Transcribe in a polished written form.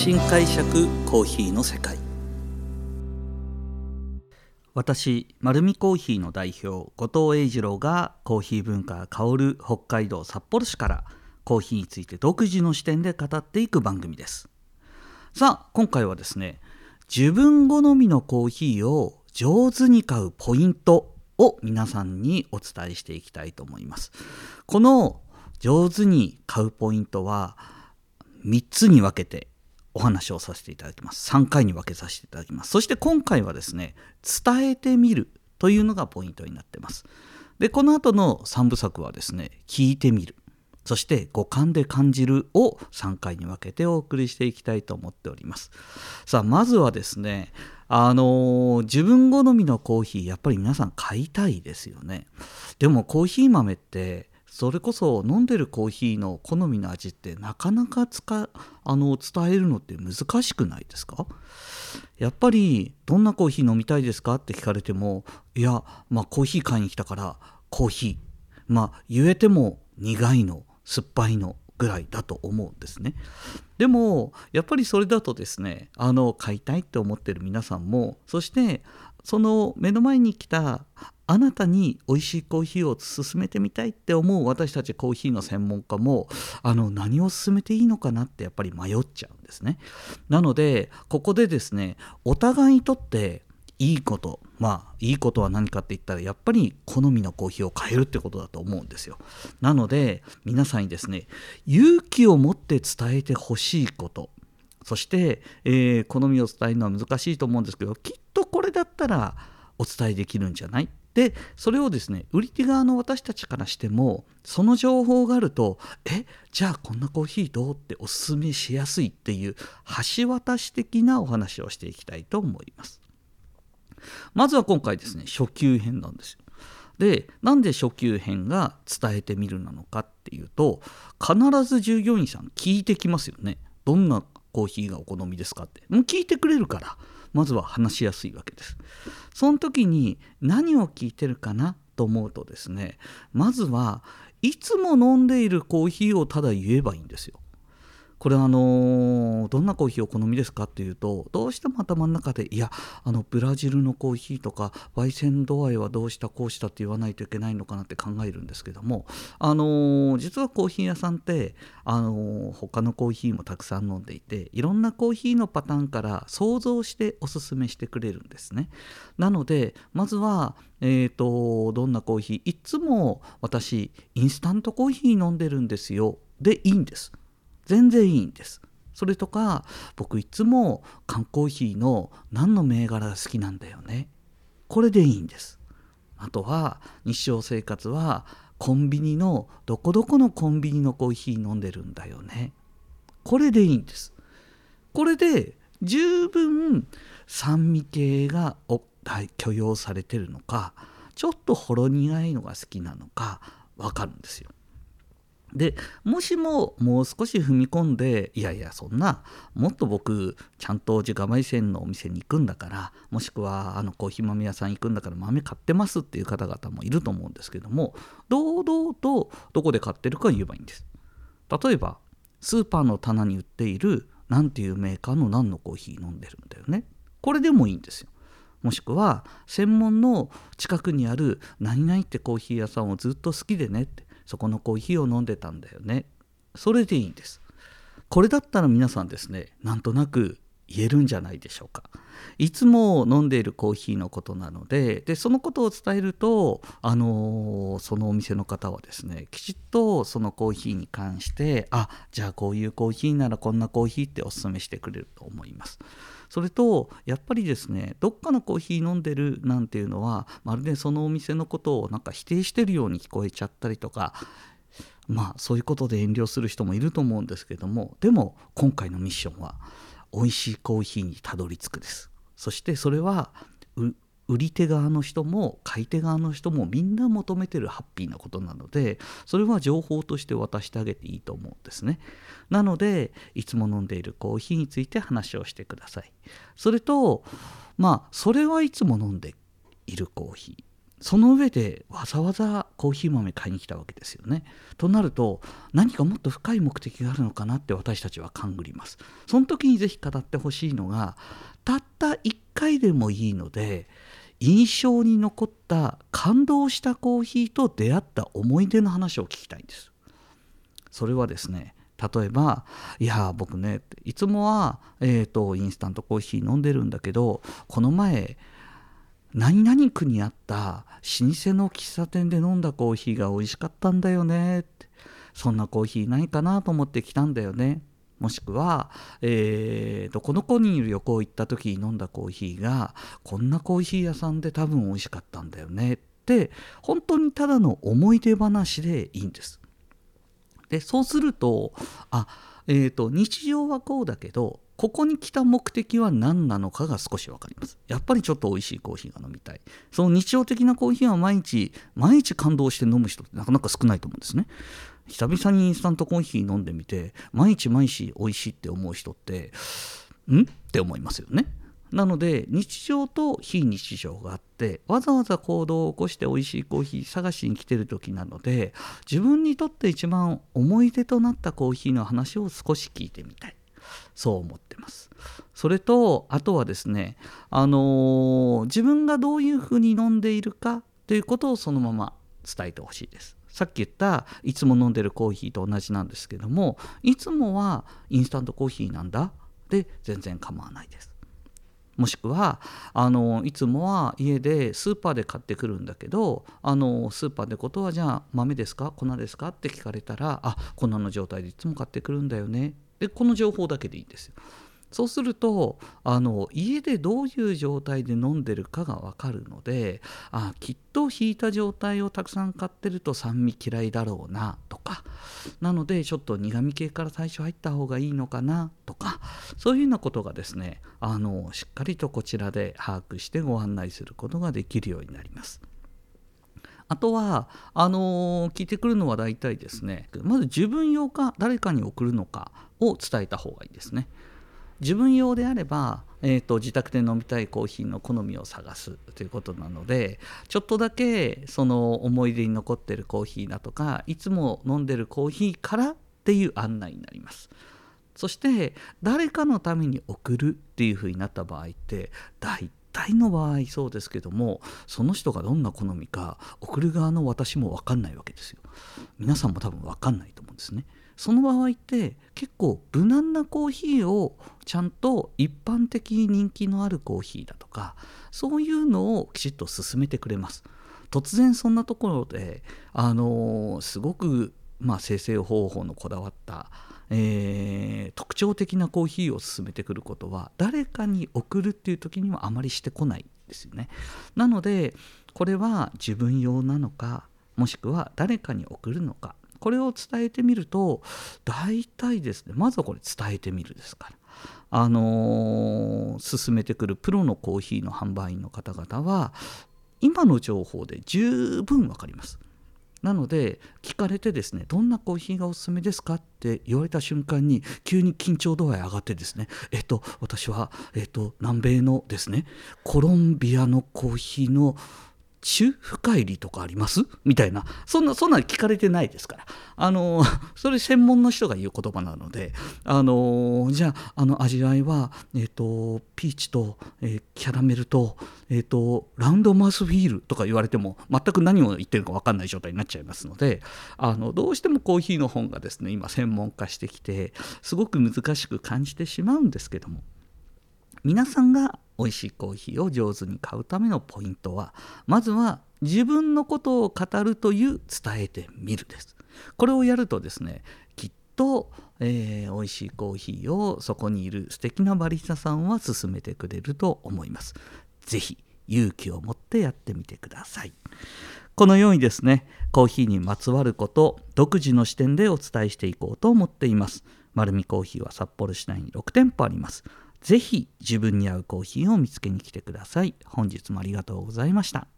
新解釈コーヒーの世界。私丸るコーヒーの代表後藤英二郎がコーヒー文化が香る北海道札幌市からコーヒーについて独自の視点で語っていく番組です。さあ今回はですね、自分好みのコーヒーを上手に買うポイントを皆さんにお伝えしていきたいと思います。この上手に買うポイントは3つに分けてお話をさせていただきます。3回に分けさせていただきます。そして今回はですね、伝えてみるというのがポイントになっています。で、この後の3部作はですね、聞いてみる、そして五感で感じるを3回に分けてお送りしていきたいと思っております。さあまずはですね、自分好みのコーヒーやっぱり皆さん買いたいですよね。でもコーヒー豆ってそれこそ飲んでるコーヒーの好みの味ってなかなか伝えるのって難しくないですか？やっぱりどんなコーヒー飲みたいですかって聞かれても、いやコーヒー買いに来たからコーヒー、言えても苦いの酸っぱいのぐらいだと思うんですね。でもやっぱりそれだとですね、買いたいって思ってる皆さんも、そしてその目の前に来たあなたに美味しいコーヒーを勧めてみたいって思う私たちコーヒーの専門家も何を勧めていいのかなってやっぱり迷っちゃうんですね。なのでここでですね、お互いにとっていいこと、いいことは何かって言ったらやっぱり好みのコーヒーを変えるってことだと思うんですよ。なので皆さんにですね、勇気を持って伝えてほしいこと、そして、好みを伝えるのは難しいと思うんですけど、きっとこれだったらお伝えできるんじゃない？でそれをですね、売り手側の私たちからしてもその情報があると、じゃあこんなコーヒーどうっておすすめしやすいっていう橋渡し的なお話をしていきたいと思います。まずは今回ですね、初級編なんですよ。でなんで初級編が伝えてみるなのかっていうと、必ず従業員さん聞いてきますよね。どんなコーヒーがお好みですかって。もう聞いてくれるからまずは話しやすいわけです。その時に何を聞いてるかなと思うとですね、まずはいつも飲んでいるコーヒーをただ言えばいいんですよ。これどんなコーヒーお好みですかっていうと、どうしても頭の中でブラジルのコーヒーとか焙煎度合いはどうしたこうしたって言わないといけないのかなって考えるんですけども、実はコーヒー屋さんって他のコーヒーもたくさん飲んでいて、いろんなコーヒーのパターンから想像しておすすめしてくれるんですね。なのでまずはどんなコーヒー、いつも私インスタントコーヒー飲んでるんですよでいいんです。全然いいんです。それとか、僕いつも缶コーヒーの何の銘柄が好きなんだよね、これでいいんです。あとは日常生活はコンビニのどこどこのコンビニのコーヒー飲んでるんだよね、これでいいんです。これで十分酸味系が許容されてるのか、ちょっとほろ苦いのが好きなのか分かるんですよ。でもしももう少し踏み込んで、そんなもっと僕ちゃんと自家焙煎のお店に行くんだから、もしくはコーヒー豆屋さん行くんだから豆買ってますっていう方々もいると思うんですけども、堂々とどこで買ってるか言えばいいんです。例えばスーパーの棚に売っているなんていうメーカーの何のコーヒー飲んでるんだよね、これでもいいんですよ。もしくは専門の近くにある何々ってコーヒー屋さんをずっと好きでねって、そこのコーヒーを飲んでたんだよね、それでいいんです。これだったら皆さんですね、なんとなく言えるんじゃないでしょうか。いつも飲んでいるコーヒーのことなので、そのことを伝えると、そのお店の方はですね、きちっとそのコーヒーに関して、じゃあこういうコーヒーならこんなコーヒーってお勧めしてくれると思います。それとやっぱりですね、どっかのコーヒー飲んでるなんていうのはまるでそのお店のことをなんか否定してるように聞こえちゃったりとか、そういうことで遠慮する人もいると思うんですけども、でも今回のミッションは美味しいコーヒーにたどり着くです。そしてそれは売り手側の人も買い手側の人もみんな求めてるハッピーなことなので、それは情報として渡してあげていいと思うんですね。なのでいつも飲んでいるコーヒーについて話をしてください。それとそれはいつも飲んでいるコーヒー、 その上でわざわざコーヒー豆買いに来たわけですよね。となると何かもっと深い目的があるのかなって私たちは勘ぐります。その時にぜひ語ってほしいのが、たった1回でもいいので印象に残った感動したコーヒーと出会った思い出の話を聞きたいんです。それはですね、例えばいや僕ねいつもは、インスタントコーヒー飲んでるんだけど、この前何々区にあった老舗の喫茶店で飲んだコーヒーが美味しかったんだよねって、そんなコーヒーないかなと思って来たんだよね。もしくは、この子に旅行行った時に飲んだコーヒーがこんなコーヒー屋さんで多分美味しかったんだよねって、本当にただの思い出話でいいんです。でそうすると日常はこうだけどここに来た目的は何なのかが少し分かります。やっぱりちょっと美味しいコーヒーが飲みたい。その日常的なコーヒーは毎日感動して飲む人ってなかなか少ないと思うんですね。久々にインスタントコーヒー飲んでみて毎日美味しいって思う人ってって思いますよね。なので日常と非日常があって、わざわざ行動を起こして美味しいコーヒー探しに来てる時なので、自分にとって一番思い出となったコーヒーの話を少し聞いてみたい、そう思ってます。それとあとはですね、自分がどういうふうに飲んでいるかということをそのまま伝えてほしいです。さっき言ったいつも飲んでるコーヒーと同じなんですけども、いつもはインスタントコーヒーなんだで全然構わないです。もしくはいつもは家でスーパーで買ってくるんだけど、スーパーでことはじゃあ豆ですか粉ですかって聞かれたら、粉の状態でいつも買ってくるんだよね、でこの情報だけでいいんですよ。そうすると家でどういう状態で飲んでるかが分かるので、きっと引いた状態をたくさん買ってると酸味嫌いだろうなとか、なのでちょっと苦味系から最初入った方がいいのかなとか、そういうようなことがですねしっかりとこちらで把握してご案内することができるようになります。あとは聞いてくるのは大体ですね、まず自分用か誰かに送るのかを伝えた方がいいですね。自分用であれば、自宅で飲みたいコーヒーの好みを探すということなので、ちょっとだけその思い出に残ってるコーヒーだとかいつも飲んでるコーヒーからっていう案内になります。そして誰かのために送るっていう風になった場合って、大体の場合そうですけども、その人がどんな好みか送る側の私も分かんないわけですよ。皆さんも多分分かんないと思うんですね。その場合って結構無難なコーヒーをちゃんと一般的に人気のあるコーヒーだとか、そういうのをきちっと勧めてくれます。突然そんなところですごく生成方法のこだわった特徴的なコーヒーを勧めてくることは誰かに送るっていう時にはあまりしてこないですよね。なのでこれは自分用なのか、もしくは誰かに送るのか、これを伝えてみると大体ですね、まずはこれ伝えてみるですから、勧めてくるプロのコーヒーの販売員の方々は今の情報で十分わかります。なので聞かれてですね、どんなコーヒーがおすすめですかって言われた瞬間に急に緊張度合い上がってですね、私は、南米のですねコロンビアのコーヒーの中深入りとかありますみたいな、そんな聞かれてないですから、それ専門の人が言う言葉なので、じゃあ味わいは、ピーチと、キャラメルと、ラウンドマウスフィールとか言われても全く何を言ってるか分かんない状態になっちゃいますので、どうしてもコーヒーの本がですね今専門化してきてすごく難しく感じてしまうんですけども、皆さんが美味しいコーヒーを上手に買うためのポイントは、まずは自分のことを語るという伝えてみるです。これをやるとですね、きっと、美味しいコーヒーをそこにいる素敵なバリスタさんは勧めてくれると思います。ぜひ勇気を持ってやってみてください。このようにですね、コーヒーにまつわること独自の視点でお伝えしていこうと思っています。丸見コーヒーは札幌市内に6店舗あります。ぜひ自分に合うコーヒーを見つけに来てください。本日もありがとうございました。